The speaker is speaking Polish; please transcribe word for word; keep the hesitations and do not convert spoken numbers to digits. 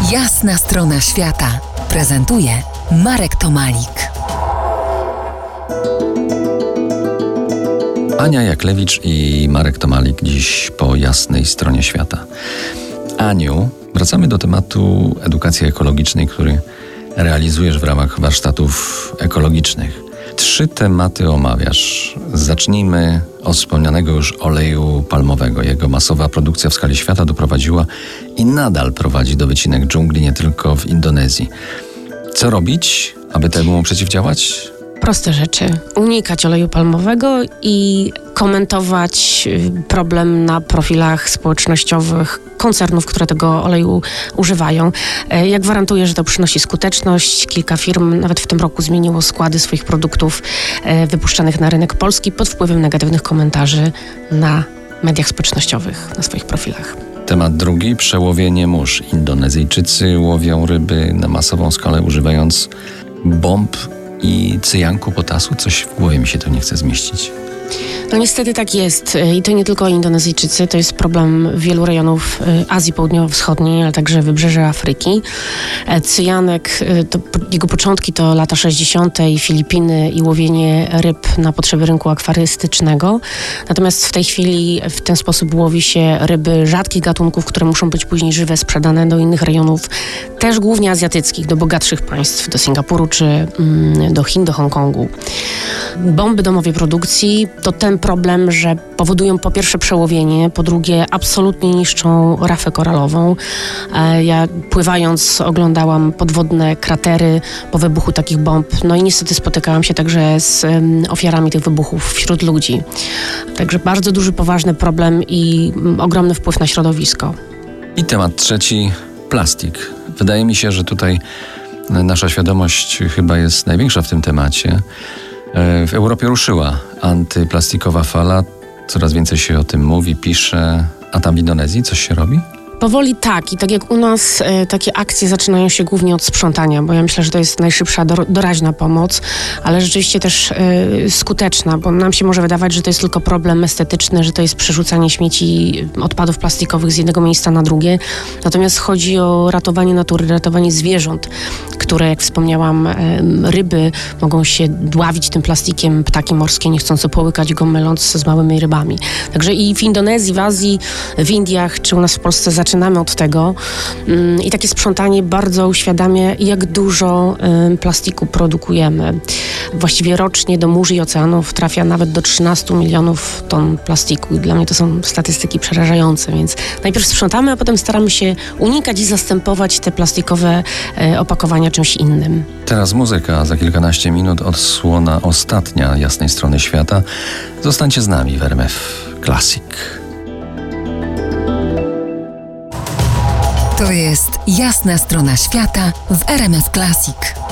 Jasna strona świata prezentuje Marek Tomalik. Ania Jaklewicz i Marek Tomalik dziś po jasnej stronie świata. Aniu, wracamy do tematu edukacji ekologicznej, który realizujesz w ramach warsztatów ekologicznych. Trzy tematy omawiasz. Zacznijmy od wspomnianego już oleju palmowego. Jego masowa produkcja w skali świata doprowadziła i nadal prowadzi do wycinek dżungli nie tylko w Indonezji. Co robić, aby temu przeciwdziałać? Proste rzeczy. Unikać oleju palmowego i komentować problem na profilach społecznościowych koncernów, które tego oleju używają. Ja gwarantuję, że to przynosi skuteczność. Kilka firm nawet w tym roku zmieniło składy swoich produktów wypuszczanych na rynek polski pod wpływem negatywnych komentarzy na mediach społecznościowych, na swoich profilach. Temat drugi, przełowienie mórz. Indonezyjczycy łowią ryby na masową skalę, używając bomb i cyjanku potasu. Coś w głowie mi się tu nie chce zmieścić. No niestety tak jest. I to nie tylko Indonezyjczycy, to jest problem wielu rejonów Azji Południowo-Wschodniej, ale także wybrzeże Afryki. Cyjanek, to, jego początki to lata sześćdziesiąte i Filipiny i łowienie ryb na potrzeby rynku akwarystycznego. Natomiast w tej chwili w ten sposób łowi się ryby rzadkich gatunków, które muszą być później żywe, sprzedane do innych rejonów, też głównie azjatyckich, do bogatszych państw, do Singapuru czy mm, do Chin, do Hongkongu. Bomby domowej produkcji to ten problem, że powodują po pierwsze przełowienie, po drugie absolutnie niszczą rafę koralową. Ja pływając oglądałam podwodne kratery po wybuchu takich bomb, no i niestety spotykałam się także z ofiarami tych wybuchów wśród ludzi. Także bardzo duży, poważny problem i ogromny wpływ na środowisko. I temat trzeci, plastik. Wydaje mi się, że tutaj nasza świadomość chyba jest największa w tym temacie. W Europie ruszyła antyplastikowa fala, coraz więcej się o tym mówi, pisze, a tam w Indonezji coś się robi? Powoli tak i tak jak u nas e, takie akcje zaczynają się głównie od sprzątania, bo ja myślę, że to jest najszybsza, do, doraźna pomoc, ale rzeczywiście też e, skuteczna, bo nam się może wydawać, że to jest tylko problem estetyczny, że to jest przerzucanie śmieci, odpadów plastikowych z jednego miejsca na drugie. Natomiast chodzi o ratowanie natury, ratowanie zwierząt, które, jak wspomniałam, e, ryby mogą się dławić tym plastikiem, ptaki morskie niechcąco połykać go, myląc z małymi rybami. Także i w Indonezji, w Azji, w Indiach, czy u nas w Polsce zaczynamy od tego i takie sprzątanie bardzo uświadamia, jak dużo plastiku produkujemy. Właściwie rocznie do mórz i oceanów trafia nawet do trzynastu milionów ton plastiku i dla mnie to są statystyki przerażające, więc najpierw sprzątamy, a potem staramy się unikać i zastępować te plastikowe opakowania czymś innym. Teraz muzyka, za kilkanaście minut odsłona ostatnia jasnej strony świata. Zostańcie z nami w R M F Classic. To jest jasna strona świata w R M F Classic.